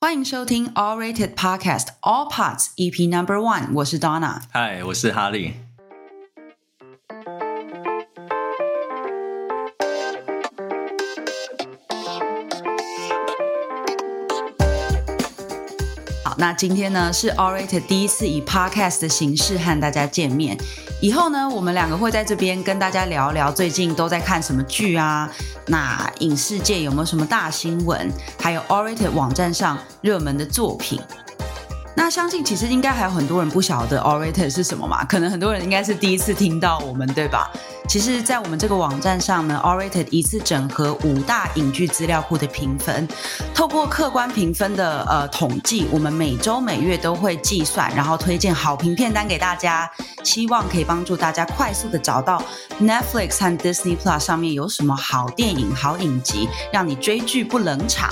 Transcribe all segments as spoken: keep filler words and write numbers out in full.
欢迎收听 All Rated Podcast All Parts E P Number One， 我是 Donna。 嗨，我是哈利。 好，那今天呢是 All Rated 第一次以 Podcast 的形式和大家见面。以后呢，我们两个会在这边跟大家聊聊最近都在看什么剧啊，那影视界有没有什么大新闻，还有 All Rated 网站上热门的作品。那相信其实应该还有很多人不晓得 All Rated 是什么嘛，可能很多人应该是第一次听到我们，对吧？其实在我们这个网站上呢， All Rated 一次整合五大影剧资料库的评分，透过客观评分的呃统计，我们每周每月都会计算，然后推荐好评片单给大家，希望可以帮助大家快速的找到 Netflix 和 Disney Plus 上面有什么好电影好影集，让你追剧不冷场。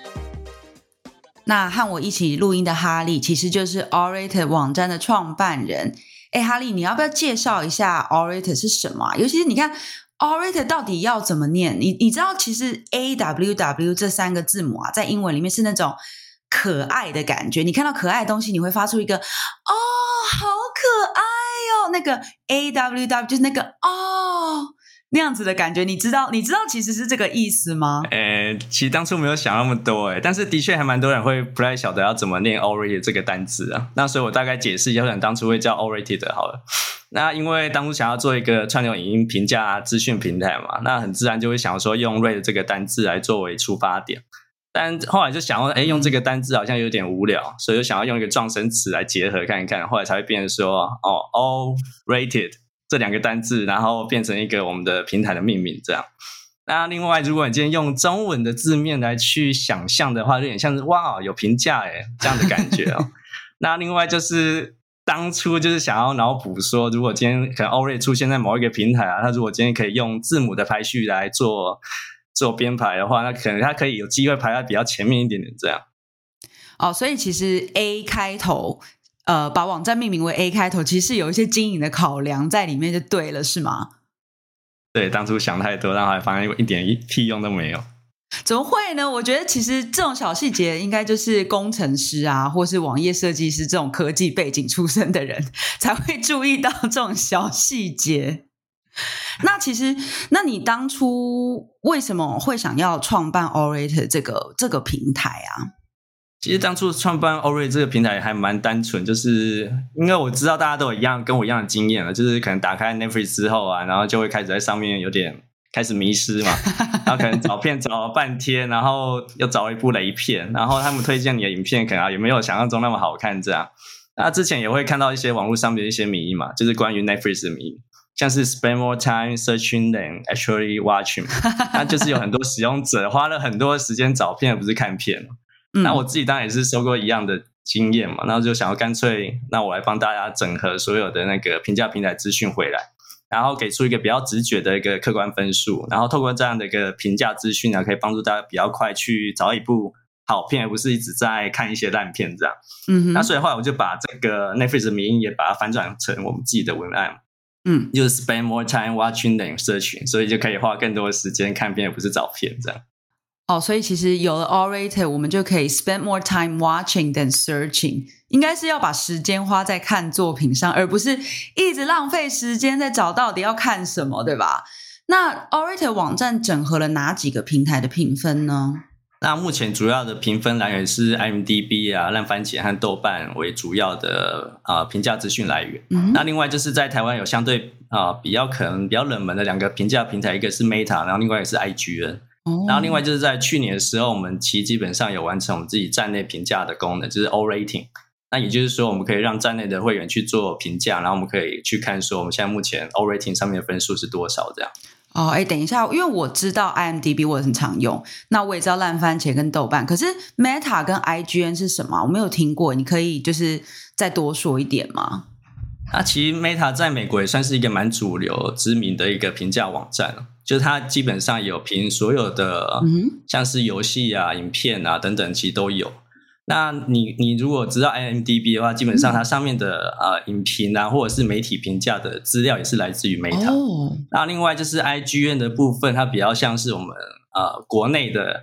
那和我一起录音的哈利其实就是 All Rated 网站的创办人。诶，哈利，你要不要介绍一下 All Rated 是什么啊？尤其是你看 All Rated 到底要怎么念？你你知道其实 A W W 这三个字母啊，在英文里面是那种可爱的感觉。你看到可爱的东西，你会发出一个哦，好可爱哦，那个 A W W 就是那个哦那样子的感觉。你知道你知道其实是这个意思吗？ 诶，其实当初没有想那么多诶，但是的确还蛮多人会不太晓得要怎么念 All Rated 这个单字啊。那所以我大概解释一下，为什么当初会叫 All Rated 好了。那因为当初想要做一个串流影音评价资讯平台嘛，那很自然就会想说用 Rated 这个单字来作为出发点。但后来就想要诶用这个单字好像有点无聊，所以就想要用一个状声词来结合看一看，后来才会变成说哦 All Rated这两个单字，然后变成一个我们的平台的命名这样。那另外如果你今天用中文的字面来去想象的话，有点像是哇有评价耶这样的感觉哦。那另外就是当初就是想要脑补说，如果今天可能 All Rated 出现在某一个平台啊，它如果今天可以用字母的排序来做做编排的话，那可能它可以有机会排在比较前面一点点这样。 哦，所以其实 A 开头呃，把网站命名为 A 开头，其实有一些经营的考量在里面就对了，是吗？ 对，当初想太多，但后来发现一点屁用都没有。 怎么会呢？我觉得其实这种小细节应该就是工程师啊，或是网页设计师这种科技背景出身的人才会注意到这种小细节。那其实，那你当初为什么会想要创办 All Rated 这个这个平台啊？ 其实当初创办 All Rated 这个平台还蛮单纯，就是因为我知道大家都有一样跟我一样的经验了，就是可能打开 Netflix 之后啊，然后就会开始在上面有点开始迷失嘛，然后可能找片找了半天，然后又找了一部雷片，然后他们推荐你的影片可能也没有想象中那么好看这样。那之前也会看到一些网络上面的一些迷因嘛，就是关于 Netflix 的迷因，像是 spend more time searching than actually watching 那就是有很多使用者花了很多时间找片而不是看片。嗯、那我自己当然也是收过一样的经验嘛，然后就想要干脆那我来帮大家整合所有的那个评价平台资讯回来，然后给出一个比较直觉的一个客观分数，然后透过这样的一个评价资讯呢，可以帮助大家比较快去找一部好片，而不是一直在看一些烂片这样。嗯哼，那所以后来我就把这个 Netflix 的迷因也把它翻转成我们自己的文案，嗯，就是 spend more time watching than searching， 所以就可以花更多的时间看片，而不是找片这样。 哦，所以其实有了 All Rated 我们就可以 spend more time watching than searching， 应该是要把时间花在看作品上，而不是一直浪费时间在找到底要看什么，对吧？那 All Rated 网站整合了哪几个平台的评分呢？ 那目前主要的评分来源是 I M D B 啊、烂番茄和豆瓣为主要的呃评价资讯来源。嗯、那另外就是在台湾有相对呃比较可能比较冷门的两个评价平台，一个是 Meta， 然后另外一个是 I G N。然后另外就是在去年的时候，我们其实基本上有完成我们自己站内评价的功能，就是 All Rating。那也就是说，我们可以让站内的会员去做评价，然后我们可以去看说我们现在目前 All Rating 上面的分数是多少这样。 哦，哎，等一下，因为我知道 I M D B 我很常用，那我也知道烂番茄跟豆瓣，可是 Meta 跟 I G N 是什么？我没有听过，你可以就是再多说一点吗？ 那其实 Meta 在美国也算是一个蛮主流知名的一个评价网站，就是它基本上有评所有的像是游戏啊、影片啊等等其实都有。那你你如果知道 I M D B 的话，基本上它上面的、嗯、呃影评啊或者是媒体评价的资料也是来自于 Meta、哦、那另外就是 I G N 的部分，它比较像是我们呃国内的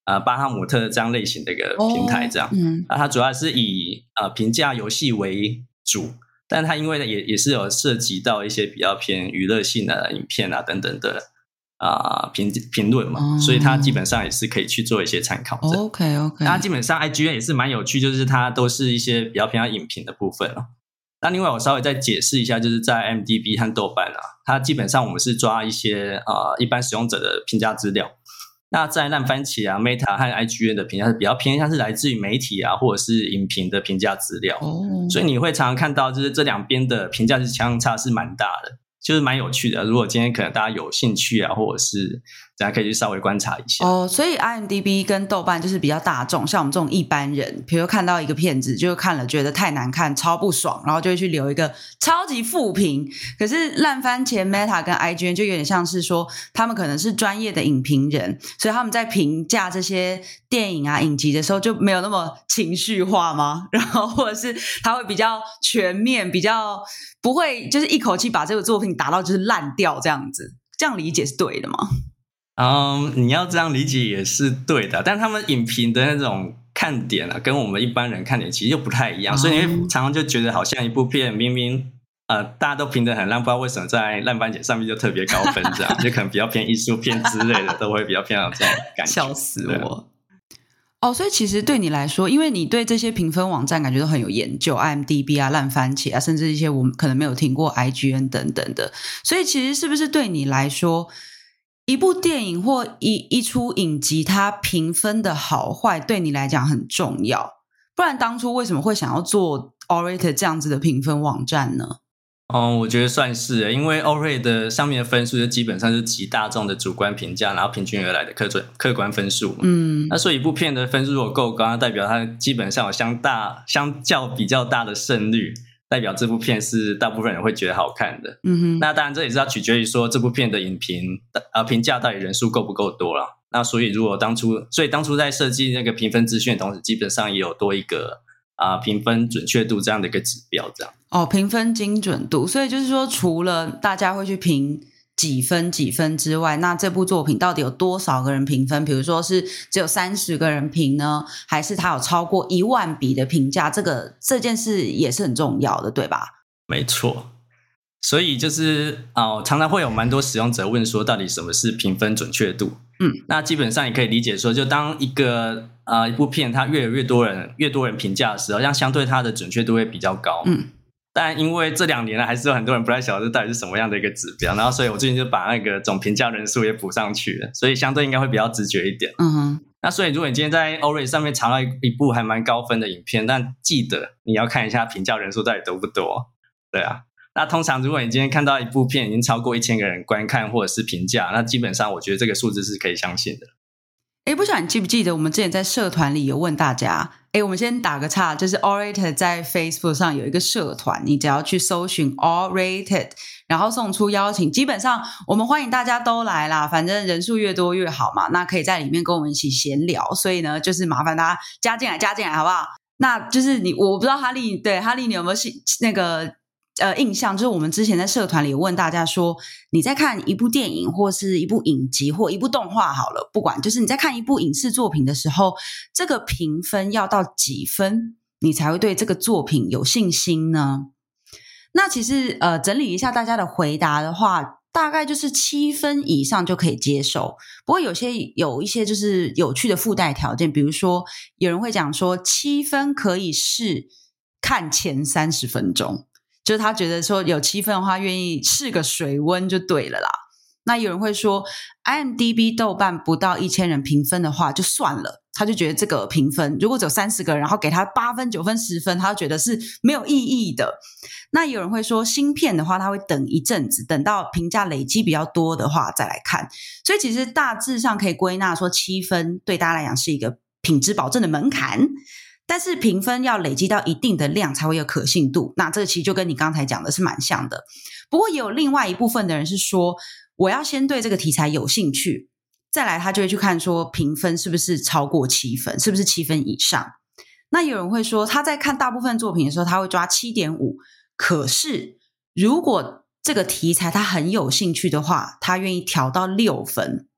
呃巴哈姆特这样类型的一个平台这样。 哦嗯、 那它主要是以呃评价游戏为主，但它因为也也是有涉及到一些比较偏娱乐性的影片啊等等的啊、呃、评评论嘛、哦，所以它基本上也是可以去做一些参考的。 OK OK， 那基本上 I G N 也是蛮有趣，就是它都是一些比较偏向影评的部分哦。那另外我稍微再解释一下，就是在 I M D B 和豆瓣啊，它基本上我们是抓一些呃一般使用者的评价资料。那在烂番茄啊 Meta 和 I G N 的评价是比较偏向是来自于媒体啊或者是影评的评价资料、哦、所以你会常常看到就是这两边的评价是相差是蛮大的，就是蛮有趣的。如果今天可能大家有兴趣啊，或者是大家可以去稍微观察一下哦。所以 I M D B 跟豆瓣就是比较大众，像我们这种一般人，比如看到一个片子就看了觉得太难看超不爽，然后就会去留一个超级负评。可是烂番茄 Meta 跟 I G N 就有点像是说他们可能是专业的影评人，所以他们在评价这些电影啊影集的时候就没有那么情绪化吗？然后或者是他会比较全面，比较不会就是一口气把这个作品打到就是烂掉这样子。这样理解是对的吗？ 嗯，你要这样理解也是对的，但他们影评的那种看点啊，跟我们一般人看点其实又不太一样，嗯、所以你会常常就觉得好像一部片明明呃大家都评得很烂，不知道为什么在烂番茄上面就特别高分，这样就可能比较偏艺术片之类的，都会比较偏向这种感觉。 笑死我！哦，所以其实对你来说，因为你对这些评分网站感觉都很有研究 ，I M D B 啊、烂番茄啊，甚至一些我们可能没有听过 I G N 等等的，所以其实是不是对你来说？一部电影或一一出影集，它评分的好坏对你来讲很重要，不然当初为什么会想要做 Orator 这样子的评分网站呢？ 嗯，我觉得算是，因为 Orator 的上面的分数就基本上是极大众的主观评价，然后平均而来的客观客观分数嘛。嗯，那所以一部片的分数如果够高，那代表它基本上有相大相较比较大的胜率。代表这部片是大部分人会觉得好看的，嗯哼。那当然这也是要取决于说这部片的影评呃评价到底人数够不够多啦。那所以如果当初所以当初在设计那个评分资讯的同时，基本上也有多一个啊、呃、评分准确度这样的一个指标，这样。 哦，评分精准度，所以就是说除了大家会去评几分几分之外，那这部作品到底有多少个人评分？比如说是只有三十个人评呢，还是它有超过一万笔的评价？这个这件事也是很重要的，对吧？ 没错，所以就是哦，常常会有蛮多使用者问说，到底什么是评分准确度？嗯，那基本上也可以理解说，就当一个呃一部片它越有越多人越多人评价的时候，像相对它的准确度会比较高。嗯。但因为这两年呢，还是有很多人不太晓得这到底是什么样的一个指标，然后所以我最近就把那个总评价人数也补上去了，所以相对应该会比较直觉一点。嗯哼。那所以如果你今天在 Orator 上面查到一部还蛮高分的影片，但记得你要看一下评价人数到底多不多。对啊。那通常如果你今天看到一部片已经超过一千个人观看或者是评价，那基本上我觉得这个数字是可以相信的。 诶，不晓得你记不记得我们之前在社团里有问大家，诶，我们先打个岔，就是 Orator 在 Facebook 上有一个社团，你只要去搜寻 Orator 然后送出邀请，基本上我们欢迎大家都来啦，反正人数越多越好嘛，那可以在里面跟我们一起闲聊，所以呢就是麻烦大家加进来加进来好不好？那就是你我不知道哈利，对哈利你有没有那个呃，印象就是我们之前在社团里问大家说，你在看一部电影或是一部影集或一部动画好了，不管就是你在看一部影视作品的时候，这个评分要到几分你才会对这个作品有信心呢？那其实呃，整理一下大家的回答的话，大概就是七分以上就可以接受。不过有些有一些就是有趣的附带条件，比如说有人会讲说七分可以是看前三十分钟，就是他觉得说有七分的话愿意试个水温就对了啦。那有人会说 I M D B 豆瓣不到一千人评分的话就算了，他就觉得这个评分如果只有三十个人然后给他八分九分十分，他就觉得是没有意义的。那有人会说新片的话他会等一阵子，等到评价累积比较多的话再来看。所以其实大致上可以归纳说七分对大家来讲是一个品质保证的门槛，但是评分要累积到一定的量才会有可信度，那这其实就跟你刚才讲的是蛮像的。不过也有另外一部分的人是说，我要先对这个题材有兴趣，再来他就会去看说评分是不是超过七分，是不是七分以上。那有人会说他在看大部分作品的时候他会抓 七点五， 可是如果这个题材他很有兴趣的话，他愿意调到六分。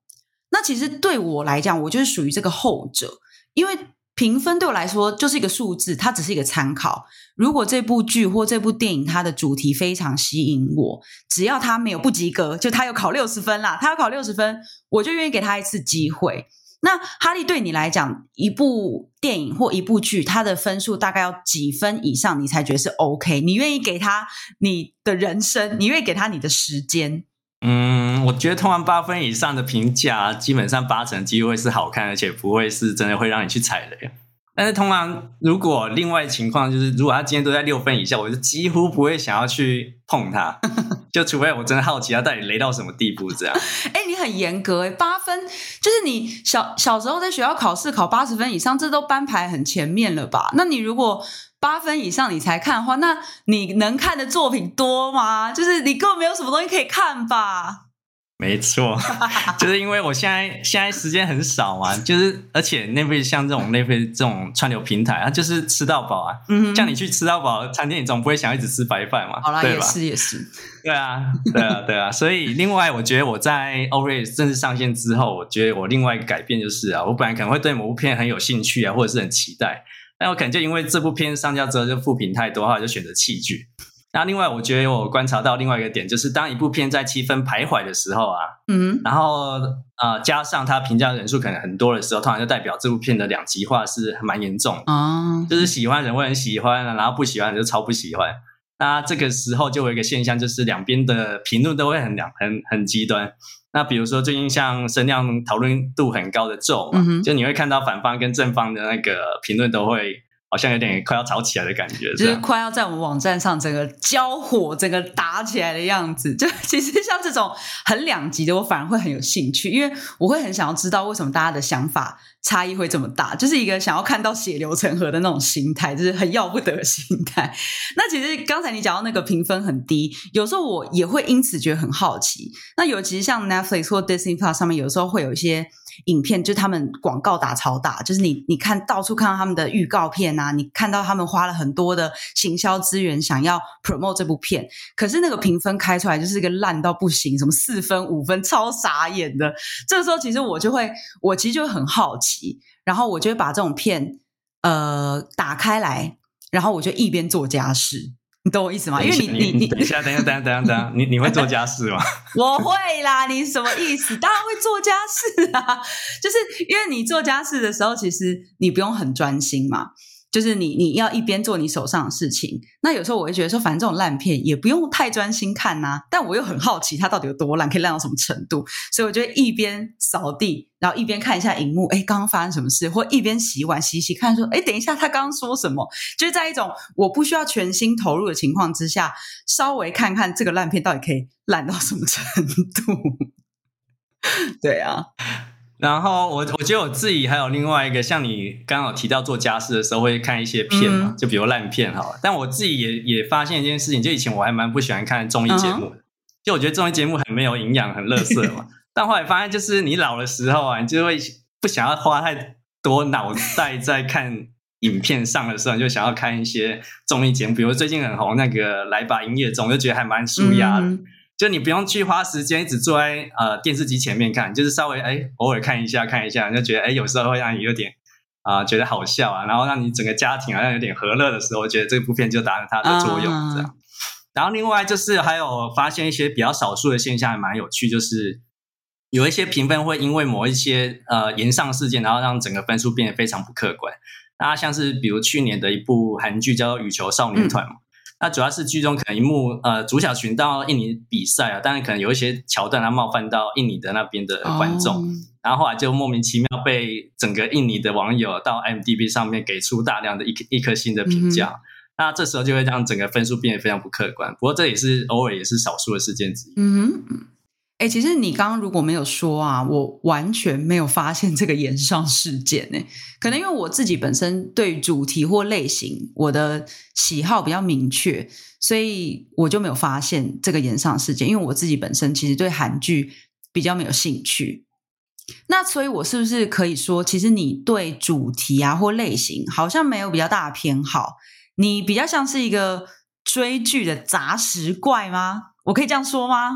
那其实对我来讲，我就是属于这个后者，因为评分对我来说就是一个数字，它只是一个参考。如果这部剧或这部电影它的主题非常吸引我，只要它没有不及格，就它有考六十分啦，它有考六十分，我就愿意给它一次机会。那哈利对你来讲，一部电影或一部剧，它的分数大概要几分以上你才觉得是 OK？ 你愿意给它你的人生，你愿意给它你的时间？ 嗯，我觉得通常八分以上的评价，基本上八成机会是好看，而且不会是真的会让你去踩雷。但是通常如果另外情况就是，如果他今天都在六分以下，我就几乎不会想要去碰他，就除非我真的好奇他到底雷到什么地步这样。 哎、欸，你很严格哎，八分就是你小小时候在学校考试考八十分以上，这都班排很前面了吧？那你如果八分以上你才看的话，那你能看的作品多吗？就是你根本没有什么东西可以看吧？ 没错，就是因为我现在现在时间很少嘛，就是而且 Netflix 像这种 Netflix 这种串流平台，它就是吃到饱啊。嗯，像你去吃到饱餐厅，你总不会想一直吃白饭嘛？ 好啦， 对吧？ 也是也是。 对啊，对啊，对啊。所以另外，我觉得我在 Already 正式上线之后，我觉得我另外一个改变就是啊，我本来可能会对某部片很有兴趣啊，或者是很期待，但我可能就因为这部片上架之后就负评太多的话，就选择弃剧。那另外我觉得我观察到另外一个点，就是当一部片在七分徘徊的时候啊，嗯，然后呃加上它评价人数可能很多的时候，通常就代表这部片的两极化是蛮严重的，哦，就是喜欢人会很喜欢，然后不喜欢人就超不喜欢。那这个时候就有一个现象，就是两边的评论都会很两很很极端。那比如说最近像声量讨论度很高的咒嘛，嗯，就你会看到反方跟正方的那个评论都会好像有点快要吵起来的感觉， 就是快要在我们网站上整个交火、整个打起来的样子。就其实像这种很两极的，我反而会很有兴趣，因为我会很想要知道为什么大家的想法差异会这么大，就是一个想要看到血流成河的那种心态，就是很要不得的心态。那其实刚才你讲到那个评分很低，有时候我也会因此觉得很好奇。那尤其是像 Netflix 或 Disney Plus 上面，有时候会有一些影片，就是他们广告打超大，就是你你看到处看到他们的预告片啊，你看到他们花了很多的行销资源想要 promote 这部片，可是那个评分开出来就是一个烂到不行，什么四分五分，超傻眼的。这个时候其实我就会我其实就会很好奇，然后我就会把这种片呃打开来，然后我就一边做家事。你懂我意思吗？因为你你你等一下，等一下，等一下，等一下，等一下，你你会做家事吗？ 我会啦，你什么意思？当然会做家事啊，就是因为你做家事的时候，其实你不用很专心嘛，就是你你要一边做你手上的事情。那有时候我会觉得说，反正这种烂片也不用太专心看啊，但我又很好奇它到底有多烂，可以烂到什么程度，所以我就一边扫地，然后一边看一下荧幕，诶，刚刚发生什么事，或一边洗碗洗洗看说，诶，等一下他刚刚说什么，就是在一种我不需要全心投入的情况之下，稍微看看这个烂片到底可以烂到什么程度。对啊。 然后我我觉得我自己还有另外一个，像你刚刚有提到做家事的时候会看一些片嘛，嗯，就比如烂片好了。但我自己也也发现一件事情，就以前我还蛮不喜欢看综艺节目的，嗯，就我觉得综艺节目很没有营养，很垃圾嘛。但后来发现，就是你老的时候啊，你就会不想要花太多脑袋在看影片上的时候，你就想要看一些综艺节目，比如最近很红那个《来吧营业中》，就觉得还蛮舒压的。嗯，就你不用去花时间一直坐在呃电视机前面看，就是稍微哎偶尔看一下看一下，你就觉得哎有时候会让你有点啊，呃、觉得好笑啊，然后让你整个家庭好像有点和乐的时候，我觉得这部片就达成它的作用这样。Uh... 然后另外就是还有发现一些比较少数的现象还蛮有趣，就是有一些评分会因为某一些呃延上事件，然后让整个分数变得非常不客观。那像是比如去年的一部韩剧叫做《羽球少年团》嘛。嗯，那主要是剧中可能一幕呃主角群到印尼比赛啊，当然可能有一些桥段它冒犯到印尼的那边的观众，哦，然后后来就莫名其妙被整个印尼的网友到 I M D B 上面给出大量的一一颗星的评价，嗯，那这时候就会让整个分数变得非常不客观。不过这也是偶尔也是少数的事件之一。 嗯哼。欸，其实你刚刚如果没有说啊，我完全没有发现这个炎上事件欸。可能因为我自己本身对主题或类型我的喜好比较明确，所以我就没有发现这个炎上事件，因为我自己本身其实对韩剧比较没有兴趣。那所以我是不是可以说，其实你对主题啊或类型好像没有比较大的偏好，你比较像是一个追剧的杂食怪吗？我可以这样说吗？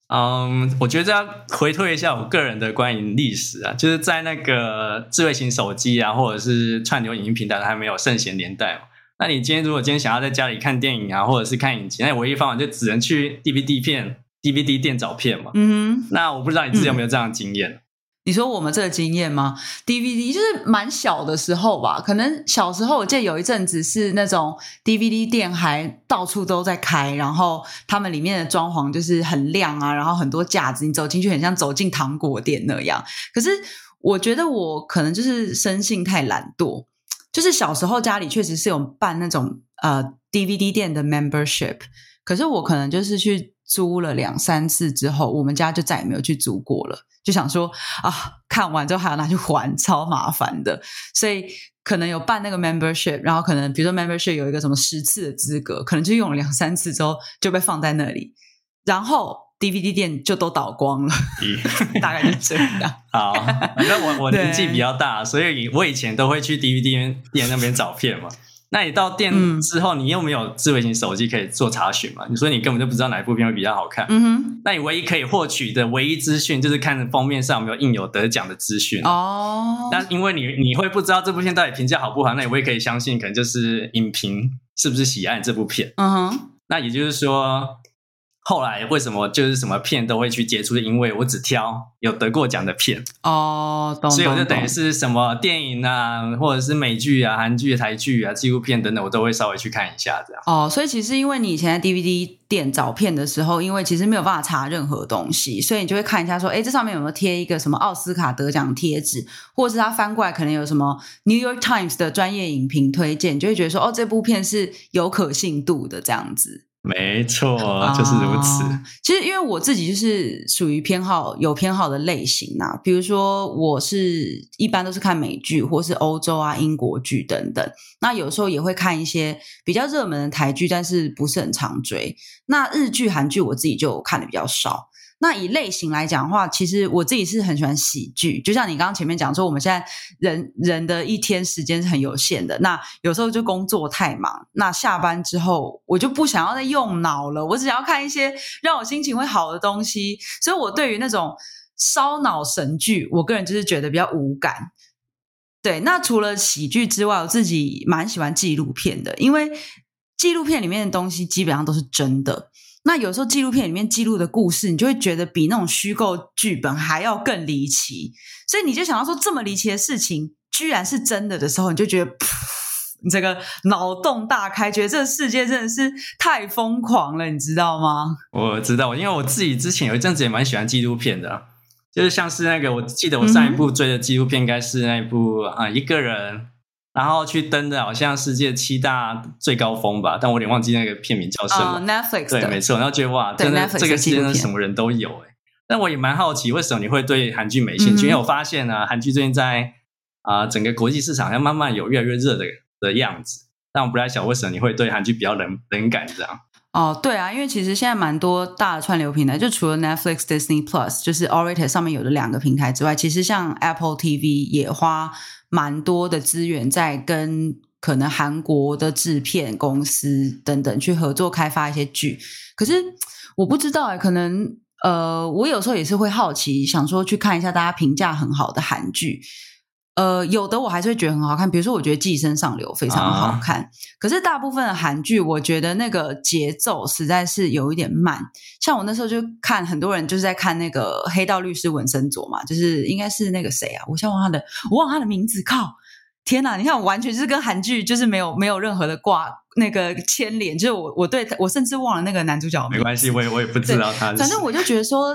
嗯，我觉得要回推一下我个人的观影历史啊，就是在那个智慧型手机啊，或者是串流影音平台还没有盛行年代嘛。那你今天如果今天想要在家里看电影啊，或者是看影集，那唯一方法就只能去 D V D 片、D V D 店找片嘛。 嗯哼， 那我不知道你自己有没有这样的经验？嗯， 你说我们这个经验吗 ？D V D 就是蛮小的时候吧，可能小时候我记得有一阵子是那种 D V D 店还到处都在开，然后他们里面的装潢就是很亮啊，然后很多架子，你走进去很像走进糖果店那样。可是我觉得我可能就是生性太懒惰，就是小时候家里确实是有办那种呃 D V D 店的 membership， 可是我可能就是去租了两三次之后，我们家就再也没有去租过了。就想说啊，看完之后还要拿去还，超麻烦的。所以可能有办那个 membership， 然后可能比如说 membership 有一个什么十次的资格，可能就用了两三次之后就被放在那里，然后 D V D 店就都倒光了，大概就这样。 好，反正我我年纪比较大，所以我以前都会去 D V D 店那边找片嘛。那你到店之后，你又没有智慧型手机可以做查询嘛？你说你根本就不知道哪一部片会比较好看。嗯哼，那你唯一可以获取的唯一资讯就是看封面上有没有印有得奖的资讯。哦，那因为你你会不知道这部片到底评价好不好，那你唯一可以相信可能就是影评是不是喜爱这部片。嗯哼，那也就是说，后来为什么就是什么片都会去接触，因为我只挑有得过奖的片哦，懂， 所以我就等于是什么电影啊，或者是美剧啊、韩剧、台剧啊、纪录片等等，我都会稍微去看一下这样。 哦，所以其实因为你以前在 D V D 店找片的时候，因为其实没有办法查任何东西，所以你就会看一下说，哎，这上面有没有贴一个什么奥斯卡得奖贴纸，或者是他翻过来可能有什么 New York Times 的专业影评推荐，你就会觉得说，哦，这部片是有可信度的这样子。 没错，就是如此、 啊、其实因为我自己就是属于偏好有偏好的类型啊，比如说我是一般都是看美剧或是欧洲啊英国剧等等，那有时候也会看一些比较热门的台剧，但是不是很常追。那日剧韩剧我自己就看的比较少。那以类型来讲的话，其实我自己是很喜欢喜剧，就像你刚刚前面讲说，我们现在人人的一天时间是很有限的，那有时候就工作太忙，那下班之后我就不想要再用脑了，我只想要看一些让我心情会好的东西，所以我对于那种烧脑神剧，我个人就是觉得比较无感。对，那除了喜剧之外，我自己蛮喜欢纪录片的，因为纪录片里面的东西基本上都是真的。那有时候纪录片里面记录的故事，你就会觉得比那种虚构剧本还要更离奇，所以你就想到说这么离奇的事情居然是真的的时候，你就觉得你这个脑洞大开，觉得这个世界真的是太疯狂了，你知道吗？ 我知道，因为我自己之前有一阵子也蛮喜欢纪录片的，就是像是那个我记得我上一部追的纪录片应该是那一部、嗯啊、一个人然后去登的好像世界七大最高峰吧，但我有点忘记那个片名叫什么、 uh, Netflix 对，没错。然后觉得哇，真的这个世界上什么人都有哎。但我也蛮好奇，为什么你会对韩剧没兴趣？嗯、因为我发现啊，韩剧最近在啊、呃、整个国际市场要慢慢有越来越热的的样子。但我不太晓得为什么你会对韩剧比较冷冷感这样。 哦，对啊，因为其实现在蛮多大的串流平台，就除了 Netflix、Disney Plus， 就是 Orator 上面有的两个平台之外，其实像 Apple T V 也花蛮多的资源在跟可能韩国的制片公司等等去合作开发一些剧。可是我不知道欸，可能呃，我有时候也是会好奇，想说去看一下大家评价很好的韩剧。呃，有的我还是会觉得很好看，比如说我觉得《寄生上流》非常好看、啊、可是大部分的韩剧我觉得那个节奏实在是有一点慢，像我那时候就看很多人就是在看那个黑道律师文森佐嘛，就是应该是那个谁啊，我现在忘他的我忘他的名字，靠天哪，你看我完全就是跟韩剧就是没有没有任何的挂那个牵连，就是我我对我甚至忘了那个男主角的名字， 没关系，我也我也不知道他是， 反正我就觉得说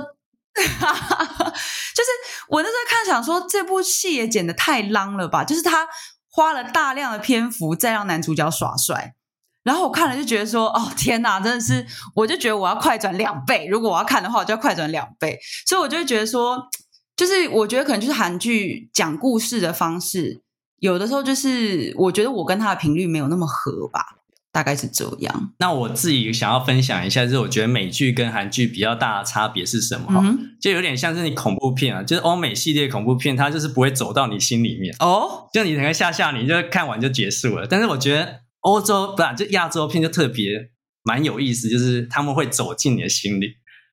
就是我那时候看想说这部戏也剪得太浪了吧，就是他花了大量的篇幅再让男主角耍帅，然后我看了就觉得说哦天哪，真的是我就觉得我要快转两倍，如果我要看的话我就要快转两倍，所以我就会觉得说就是我觉得可能就是韩剧讲故事的方式有的时候就是我觉得我跟他的频率没有那么合吧，大概是这样。 那我自己想要分享一下，就是我觉得美剧跟韩剧比较大的差别是什么、嗯、就有点像是你恐怖片啊，就是欧美系列恐怖片它就是不会走到你心里面哦，就你整个吓吓你就看完就结束了，但是我觉得欧洲不然就亚洲片就特别蛮有意思，就是他们会走进你的心里，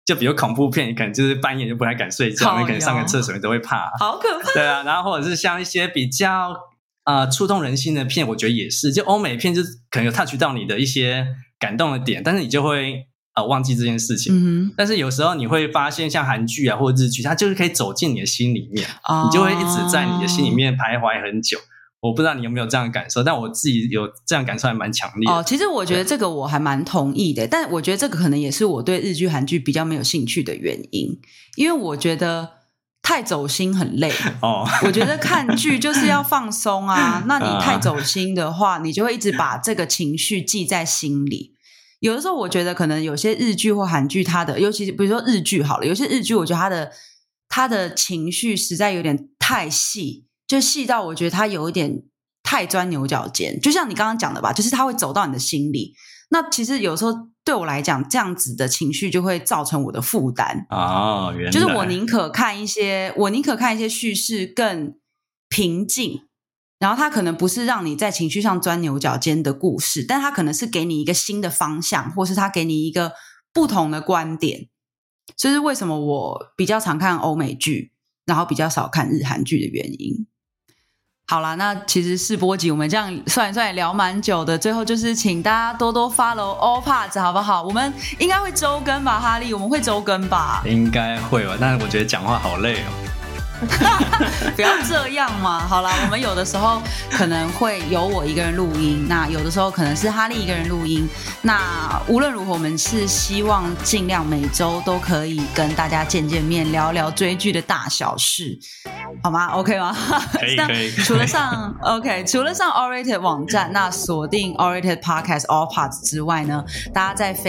就比如恐怖片，你可能就是半夜就不太敢睡觉，你可能上个厕所你都会怕， 好可怕。 对啊，然后或者是像一些比较呃触动人心的片，我觉得也是，就欧美片就是可能有 touch 到你的一些感动的点，但是你就会呃忘记这件事情。嗯、但是有时候你会发现，像韩剧啊或者日剧，它就是可以走进你的心里面，哦、你就会一直在你的心里面徘徊很久。我不知道你有没有这样的感受，但我自己有这样感受还蛮强烈的。 哦，其实我觉得这个我还蛮同意的，但我觉得这个可能也是我对日剧韩剧比较没有兴趣的原因，因为我觉得太走心很累。哦，我觉得看剧就是要放松啊，那你太走心的话，你就会一直把这个情绪记在心里。有的时候我觉得可能有些日剧或韩剧，它的尤其是比如说日剧好了，有些日剧我觉得它的它的情绪实在有点太细。就细到我觉得他有一点太钻牛角尖，就像你刚刚讲的吧，就是他会走到你的心里。那其实有时候对我来讲，这样子的情绪就会造成我的负担。 哦，原来就是我宁可看一些，我宁可看一些叙事更平静，然后它可能不是让你在情绪上钻牛角尖的故事，但它可能是给你一个新的方向，或是它给你一个不同的观点。这是为什么我比较常看欧美剧，然后比较少看日韩剧的原因。好啦，那其实试播集我们这样算一算也聊蛮久的，最后就是请大家多多 follow All Parts 好不好？我们应该会周更吧，哈利，我们会周更吧？ 应该会吧，但是我觉得讲话好累哦。 不要这样嘛。好啦，我们有的时候可能会有我一个人录音，那有的时候可能是哈利一个人录音。那无论如何，我们是希望尽量每周都可以跟大家见见面，聊聊追剧的大小事，好吗 ？OK 吗？ 可以可以。 除了上 OK， 除了上 All Rated 网站，那锁定 All Rated Podcast All Parts 之外呢，大家在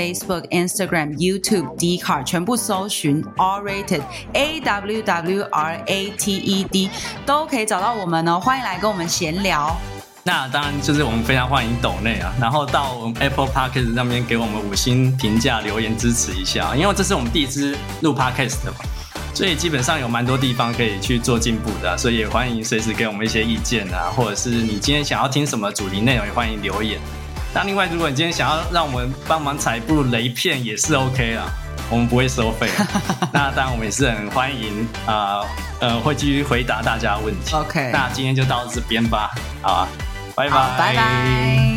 Facebook、Instagram、YouTube、Dcard 全部搜寻 All Rated A W W R A T E D 都可以找到我们哦，欢迎来跟我们闲聊。 那当然就是我们非常欢迎抖内啊，然后到我们 Apple Podcast 上面给我们五星评价留言支持一下，因为这是我们第一次录 Podcast 的嘛，所以基本上有蛮多地方可以去做进步的、啊，所以也欢迎随时给我们一些意见啊，或者是你今天想要听什么主题内容，也欢迎留言。那另外，如果你今天想要让我们帮忙采部雷片，也是 OK 啦。我们不会收费，那当然我们也是很欢迎啊、呃，呃，会继续回答大家的问题。 OK， 那今天就到这边吧，好啊，拜拜， 拜拜。